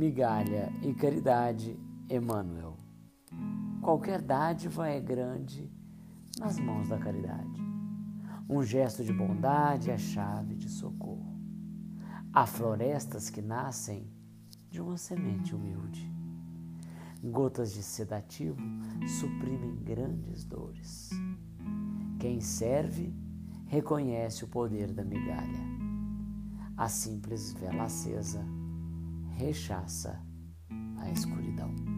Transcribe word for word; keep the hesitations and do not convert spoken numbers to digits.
Migalha e caridade, Emmanuel. Qualquer dádiva é grande nas mãos da caridade. Um gesto de bondade é chave de socorro. Há florestas que nascem de uma semente humilde. Gotas de sedativo suprimem grandes dores. Quem serve reconhece o poder da migalha. A simples vela acesa rechaça a escuridão.